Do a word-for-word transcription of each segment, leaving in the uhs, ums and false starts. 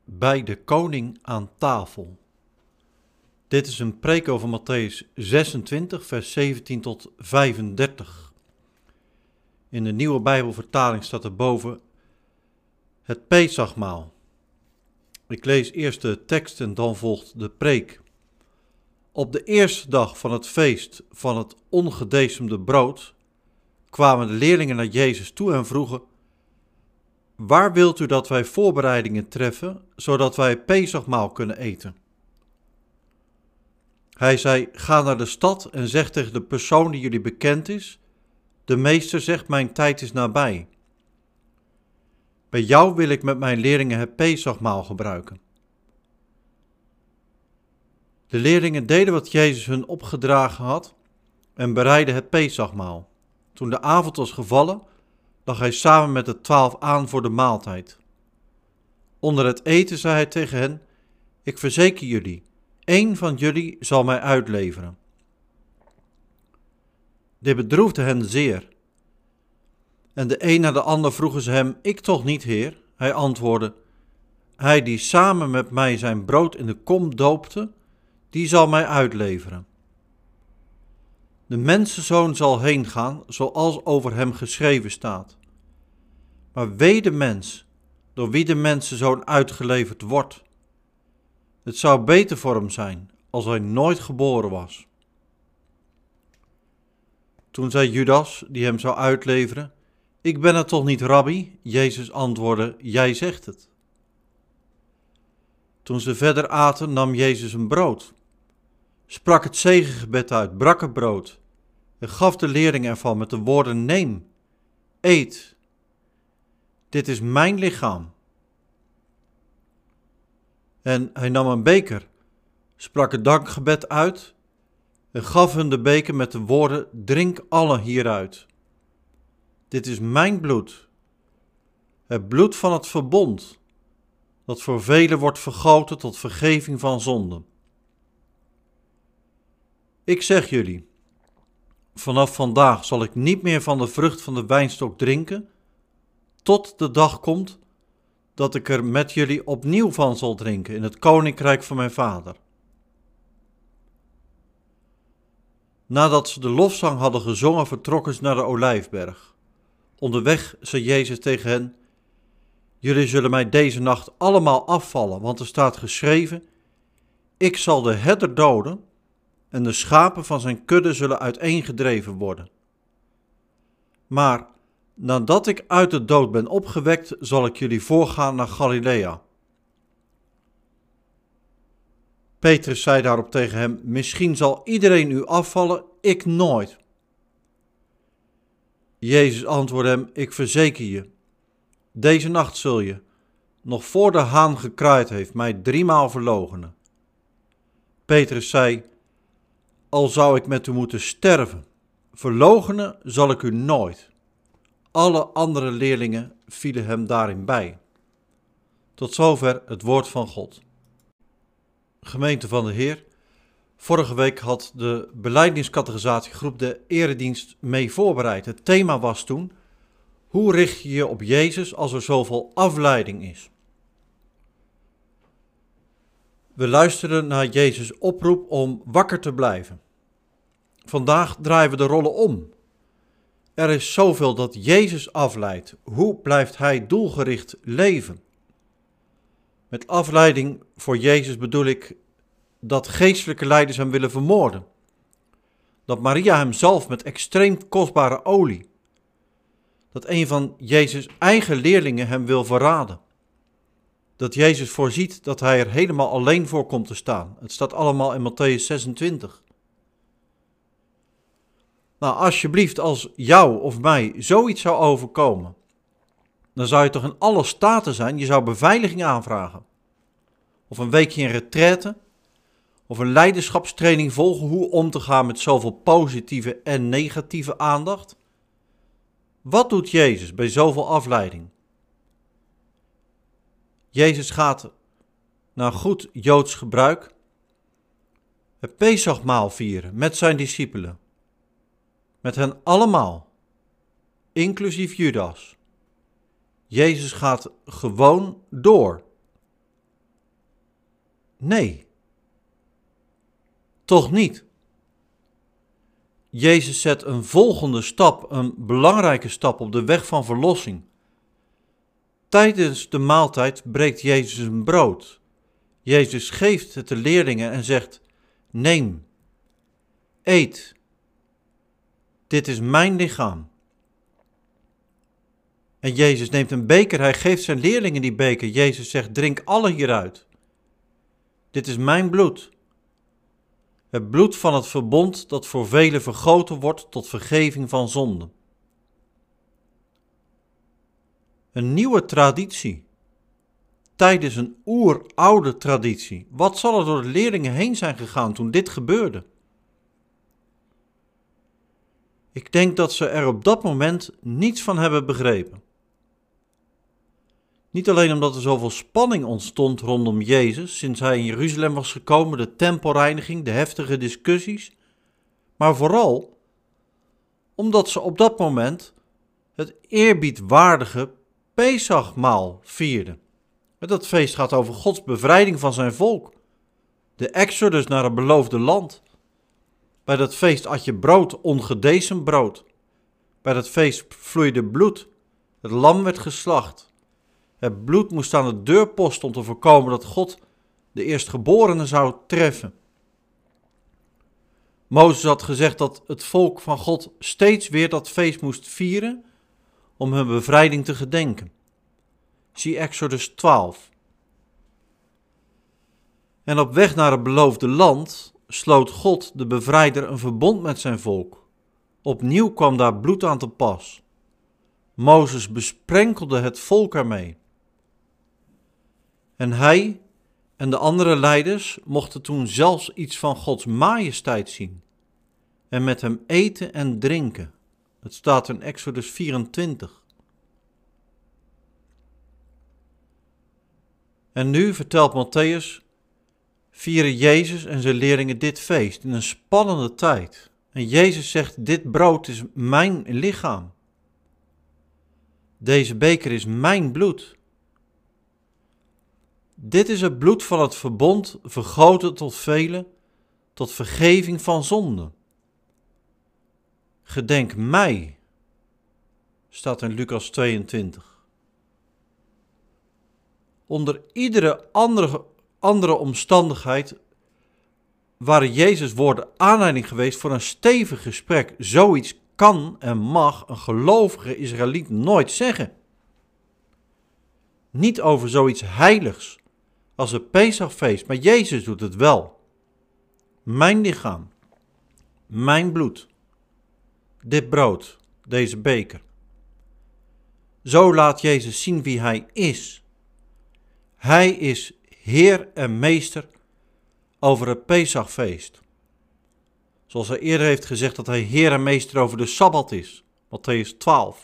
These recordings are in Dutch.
bij de koning aan tafel. Dit is een preek over Mattheüs zesentwintig, vers zeventien tot vijfendertig. In de nieuwe Bijbelvertaling staat er boven het Pesachmaal. Ik lees eerst de tekst en dan volgt de preek. Op de eerste dag van het feest van het ongedecemde brood kwamen de leerlingen naar Jezus toe en vroegen: waar wilt u dat wij voorbereidingen treffen, zodat wij het Pesachmaal kunnen eten? Hij zei: ga naar de stad en zeg tegen de persoon die jullie bekend is: de meester zegt, mijn tijd is nabij. Bij jou wil ik met mijn leerlingen het Pesachmaal gebruiken. De leerlingen deden wat Jezus hun opgedragen had en bereidden het Pesachmaal. Toen de avond was gevallen, lag hij samen met de twaalf aan voor de maaltijd. Onder het eten zei hij tegen hen: ik verzeker jullie, één van jullie zal mij uitleveren. Dit bedroefde hen zeer. En de een na de ander vroegen ze hem: ik toch niet, Heer? Hij antwoordde: hij die samen met mij zijn brood in de kom doopte, die zal mij uitleveren. De mensenzoon zal heen gaan, zoals over hem geschreven staat. Maar wee de mens, door wie de mensenzoon uitgeleverd wordt. Het zou beter voor hem zijn, als hij nooit geboren was. Toen zei Judas, die hem zou uitleveren: ik ben het toch niet, Rabbi? Jezus antwoordde: jij zegt het. Toen ze verder aten, nam Jezus een brood, sprak het zegengebed uit, brak het brood en gaf de leerlingen ervan met de woorden: neem, eet, dit is mijn lichaam. En hij nam een beker, sprak het dankgebed uit en gaf hun de beker met de woorden: drink allen hieruit. Dit is mijn bloed, het bloed van het verbond, dat voor velen wordt vergoten tot vergeving van zonden. Ik zeg jullie, vanaf vandaag zal ik niet meer van de vrucht van de wijnstok drinken, tot de dag komt dat ik er met jullie opnieuw van zal drinken in het koninkrijk van mijn Vader. Nadat ze de lofzang hadden gezongen, vertrokken ze naar de Olijfberg. Onderweg zei Jezus tegen hen: jullie zullen mij deze nacht allemaal afvallen, want er staat geschreven: ik zal de herder doden en de schapen van zijn kudde zullen uiteengedreven worden. Maar nadat ik uit de dood ben opgewekt, zal ik jullie voorgaan naar Galilea. Petrus zei daarop tegen hem: misschien zal iedereen u afvallen, ik nooit. Jezus antwoordde hem: ik verzeker je, deze nacht zul je, nog voor de haan gekraaid heeft, mij driemaal verloochenen. Petrus zei: al zou ik met u moeten sterven, verloochenen zal ik u nooit. Alle andere leerlingen vielen hem daarin bij. Tot zover het woord van God. Gemeente van de Heer, vorige week had de belijdeniscategorisatiegroep de eredienst mee voorbereid. Het thema was toen: hoe richt je je op Jezus als er zoveel afleiding is? We luisteren naar Jezus' oproep om wakker te blijven. Vandaag draaien we de rollen om. Er is zoveel dat Jezus afleidt. Hoe blijft hij doelgericht leven? Met afleiding voor Jezus bedoel ik dat geestelijke leiders hem willen vermoorden. Dat Maria hem zelf met extreem kostbare olie. Dat een van Jezus' eigen leerlingen hem wil verraden. Dat Jezus voorziet dat hij er helemaal alleen voor komt te staan. Het staat allemaal in Mattheüs zesentwintig. Nou, alsjeblieft, als jou of mij zoiets zou overkomen, dan zou je toch in alle staten zijn, je zou beveiliging aanvragen. Of een weekje in retraite, of een leiderschapstraining volgen hoe om te gaan met zoveel positieve en negatieve aandacht. Wat doet Jezus bij zoveel afleiding? Jezus gaat naar goed Joods gebruik het Pesachmaal vieren met zijn discipelen. Met hen allemaal, inclusief Judas. Jezus gaat gewoon door. Nee, toch niet. Jezus zet een volgende stap, een belangrijke stap op de weg van verlossing. Tijdens de maaltijd breekt Jezus een brood. Jezus geeft het de leerlingen en zegt: neem, eet, dit is mijn lichaam. En Jezus neemt een beker, hij geeft zijn leerlingen die beker. Jezus zegt: drink alle hieruit. Dit is mijn bloed. Het bloed van het verbond dat voor velen vergoten wordt tot vergeving van zonden. Een nieuwe traditie. Tijdens een oeroude traditie. Wat zal er door de leerlingen heen zijn gegaan toen dit gebeurde? Ik denk dat ze er op dat moment niets van hebben begrepen. Niet alleen omdat er zoveel spanning ontstond rondom Jezus sinds hij in Jeruzalem was gekomen, de tempelreiniging, de heftige discussies, maar vooral omdat ze op dat moment het eerbiedwaardige Pesachmaal vierden. Dat feest gaat over Gods bevrijding van zijn volk, de exodus naar het beloofde land. Bij dat feest at je brood, ongedezen brood. Bij dat feest vloeide bloed, het lam werd geslacht. Het bloed moest aan de deurpost om te voorkomen dat God de eerstgeborene zou treffen. Mozes had gezegd dat het volk van God steeds weer dat feest moest vieren om hun bevrijding te gedenken. Zie Exodus twaalf. En op weg naar het beloofde land sloot God, de bevrijder, een verbond met zijn volk. Opnieuw kwam daar bloed aan te pas. Mozes besprenkelde het volk ermee. En hij en de andere leiders mochten toen zelfs iets van Gods majesteit zien. En met hem eten en drinken. Het staat in Exodus vierentwintig. En nu vertelt Mattheüs, vieren Jezus en zijn leerlingen dit feest in een spannende tijd. En Jezus zegt: dit brood is mijn lichaam. Deze beker is mijn bloed. Dit is het bloed van het verbond, vergoten tot velen, tot vergeving van zonden. Gedenk mij, staat in Lucas tweeëntwintig. Onder iedere andere, andere omstandigheid waren Jezus' woorden aanleiding geweest voor een stevig gesprek. Zoiets kan en mag een gelovige Israëliet nooit zeggen. Niet over zoiets heiligs als het Pesachfeest, maar Jezus doet het wel. Mijn lichaam, mijn bloed, dit brood, deze beker. Zo laat Jezus zien wie hij is. Hij is Heer en Meester over het Pesachfeest. Zoals hij eerder heeft gezegd dat hij Heer en Meester over de Sabbat is. Mattheüs twaalf.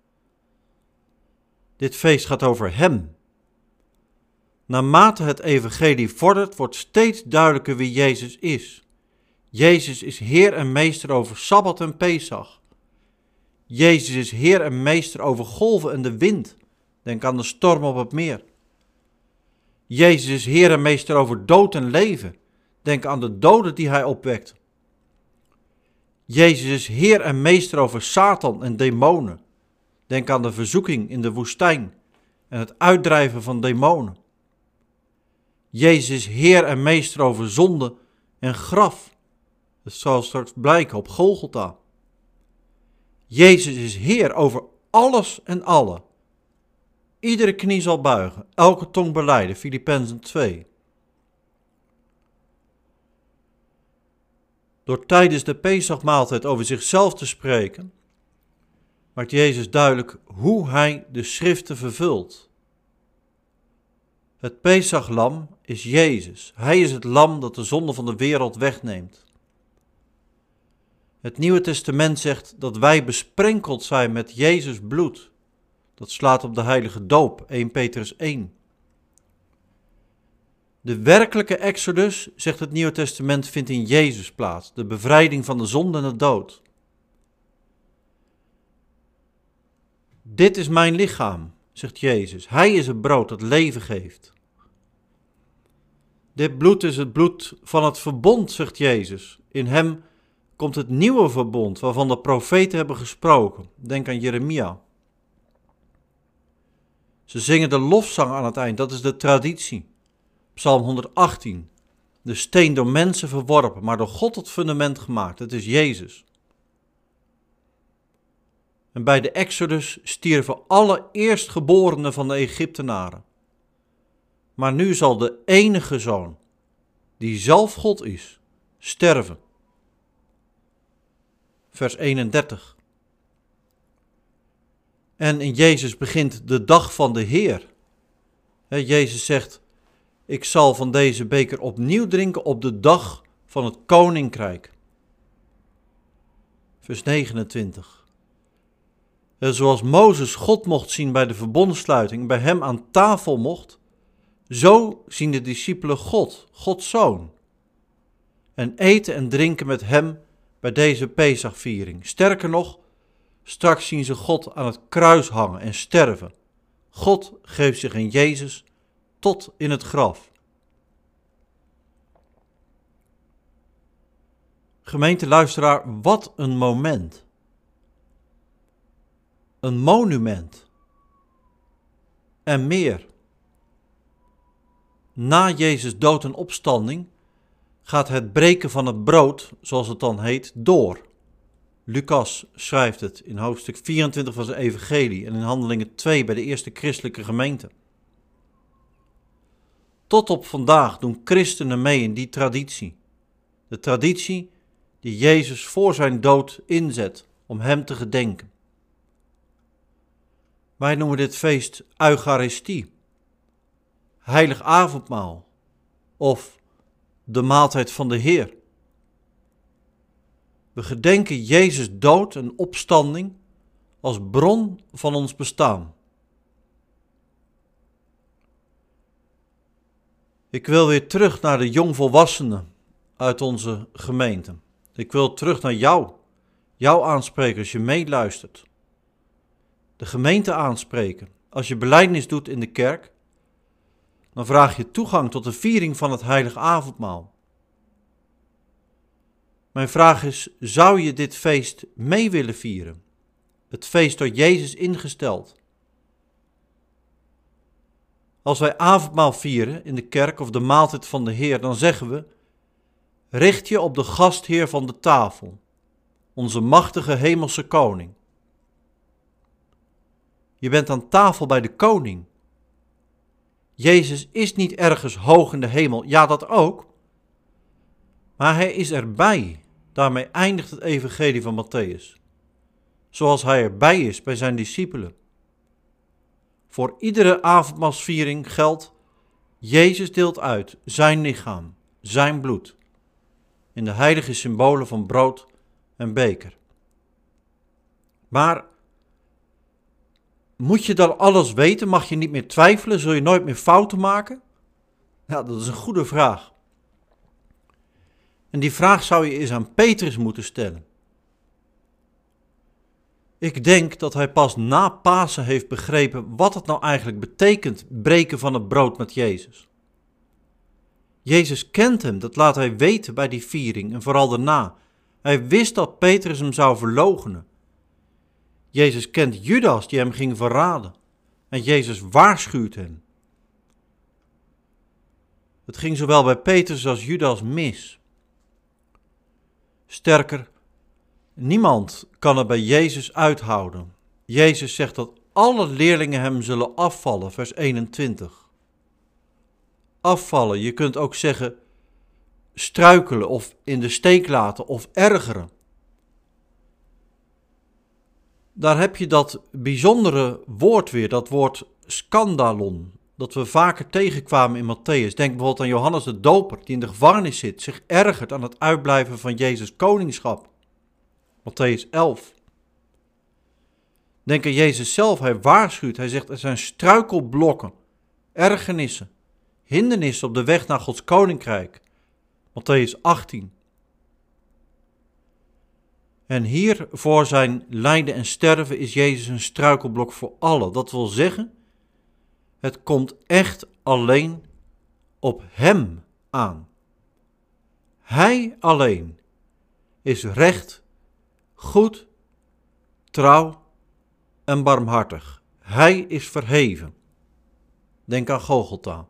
Dit feest gaat over hem. Naarmate het evangelie vordert, wordt steeds duidelijker wie Jezus is. Jezus is Heer en Meester over Sabbat en Pesach. Jezus is Heer en Meester over golven en de wind. Denk aan de storm op het meer. Jezus is Heer en Meester over dood en leven. Denk aan de doden die hij opwekt. Jezus is Heer en Meester over Satan en demonen. Denk aan de verzoeking in de woestijn en het uitdrijven van demonen. Jezus is Heer en Meester over zonde en graf. Het zal straks blijken op Golgotha. Jezus is Heer over alles en allen. Iedere knie zal buigen, elke tong belijden, Filippenzen twee. Door tijdens de Pesachmaaltijd over zichzelf te spreken, maakt Jezus duidelijk hoe hij de schriften vervult. Het Pesachlam is Jezus. Hij is het lam dat de zonde van de wereld wegneemt. Het Nieuwe Testament zegt dat wij besprenkeld zijn met Jezus' bloed. Dat slaat op de heilige doop, eerste Petrus één. De werkelijke exodus, zegt het Nieuwe Testament, vindt in Jezus plaats. De bevrijding van de zonde en de dood. Dit is mijn lichaam, zegt Jezus. Hij is het brood dat leven geeft. Dit bloed is het bloed van het verbond, zegt Jezus. In hem komt het nieuwe verbond waarvan de profeten hebben gesproken. Denk aan Jeremia. Ze zingen de lofzang aan het eind, dat is de traditie. Psalm honderdachttien. De steen door mensen verworpen, maar door God het fundament gemaakt. Het is Jezus. En bij de Exodus stierven alle eerstgeborenen van de Egyptenaren. Maar nu zal de enige zoon, die zelf God is, sterven. Vers eenendertig. En in Jezus begint de dag van de Heer. He, Jezus zegt, ik zal van deze beker opnieuw drinken op de dag van het koninkrijk. Vers negenentwintig. En zoals Mozes God mocht zien bij de verbondsluiting, bij hem aan tafel mocht, zo zien de discipelen God, Gods Zoon. En eten en drinken met hem bij deze Pesachviering. Sterker nog, straks zien ze God aan het kruis hangen en sterven. God geeft zich in Jezus tot in het graf. Gemeenteluisteraar, wat een moment. Een monument. En meer. Na Jezus' dood en opstanding gaat het breken van het brood, zoals het dan heet, door. Lucas schrijft het in hoofdstuk vierentwintig van zijn evangelie en in Handelingen twee bij de eerste christelijke gemeente. Tot op vandaag doen christenen mee in die traditie. De traditie die Jezus voor zijn dood inzet om hem te gedenken. Wij noemen dit feest Eucharistie, Heilig Avondmaal of de maaltijd van de Heer. We gedenken Jezus' dood en opstanding als bron van ons bestaan. Ik wil weer terug naar de jongvolwassenen uit onze gemeente. Ik wil terug naar jou, jou aanspreken als je meeluistert. De gemeente aanspreken. Als je belijdenis doet in de kerk, dan vraag je toegang tot de viering van het Heilig Avondmaal. Mijn vraag is, zou je dit feest mee willen vieren? Het feest door Jezus ingesteld. Als wij avondmaal vieren in de kerk of de maaltijd van de Heer, dan zeggen we, richt je op de gastheer van de tafel, onze machtige hemelse koning. Je bent aan tafel bij de koning. Jezus is niet ergens hoog in de hemel, ja dat ook, maar hij is erbij. Daarmee eindigt het evangelie van Mattheüs. Zoals hij erbij is bij zijn discipelen. Voor iedere avondmaalsviering geldt, Jezus deelt uit zijn lichaam, zijn bloed, in de heilige symbolen van brood en beker. Maar moet je dan alles weten? Mag je niet meer twijfelen? Zul je nooit meer fouten maken? Ja, dat is een goede vraag. En die vraag zou je eens aan Petrus moeten stellen. Ik denk dat hij pas na Pasen heeft begrepen wat het nou eigenlijk betekent, breken van het brood met Jezus. Jezus kent hem, dat laat hij weten bij die viering en vooral daarna. Hij wist dat Petrus hem zou verloochenen. Jezus kent Judas die hem ging verraden en Jezus waarschuwt hem. Het ging zowel bij Petrus als Judas mis. Sterker, niemand kan het bij Jezus uithouden. Jezus zegt dat alle leerlingen hem zullen afvallen, vers eenentwintig. Afvallen, je kunt ook zeggen struikelen of in de steek laten of ergeren. Daar heb je dat bijzondere woord weer, dat woord scandalon, dat we vaker tegenkwamen in Mattheüs. Denk bijvoorbeeld aan Johannes de Doper, die in de gevangenis zit, zich ergert aan het uitblijven van Jezus' koningschap. Mattheüs elf. Denk aan Jezus zelf, hij waarschuwt, hij zegt er zijn struikelblokken, ergernissen, hindernissen op de weg naar Gods koninkrijk. Mattheüs achttien. En hier voor zijn lijden en sterven is Jezus een struikelblok voor allen. Dat wil zeggen, het komt echt alleen op hem aan. Hij alleen is recht, goed, trouw en barmhartig. Hij is verheven. Denk aan Golgotha.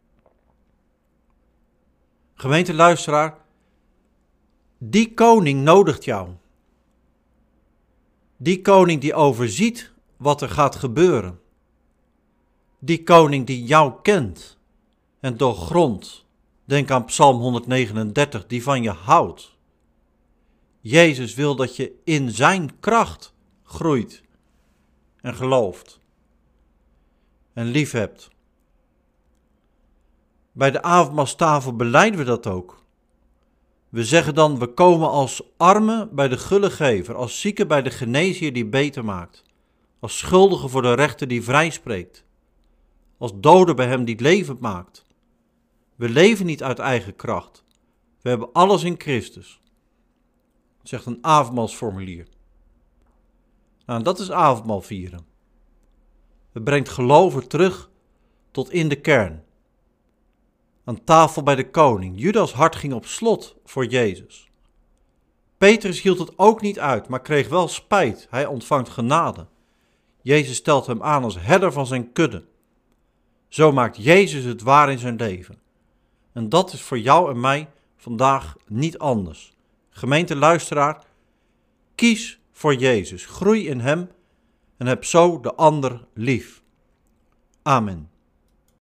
Gemeente luisteraar, die koning nodigt jou. Die koning die overziet wat er gaat gebeuren. Die koning die jou kent en doorgrondt. Denk aan Psalm honderdnegenendertig, die van je houdt. Jezus wil dat je in zijn kracht groeit en gelooft en liefhebt. Bij de avondmaalstafel belijden we dat ook. We zeggen dan, we komen als armen bij de gulle gever, als zieken bij de geneesheer die beter maakt, als schuldigen voor de rechter die vrijspreekt, als doden bij hem die levend maakt. We leven niet uit eigen kracht. We hebben alles in Christus. Dat zegt een avondmaalsformulier. Nou, dat is avondmaal vieren. Het brengt geloven terug tot in de kern. Aan tafel bij de koning. Judas hart ging op slot voor Jezus. Petrus hield het ook niet uit, maar kreeg wel spijt. Hij ontvangt genade. Jezus stelt hem aan als herder van zijn kudde. Zo maakt Jezus het waar in zijn leven. En dat is voor jou en mij vandaag niet anders. Gemeente luisteraar, kies voor Jezus. Groei in hem en heb zo de ander lief. Amen.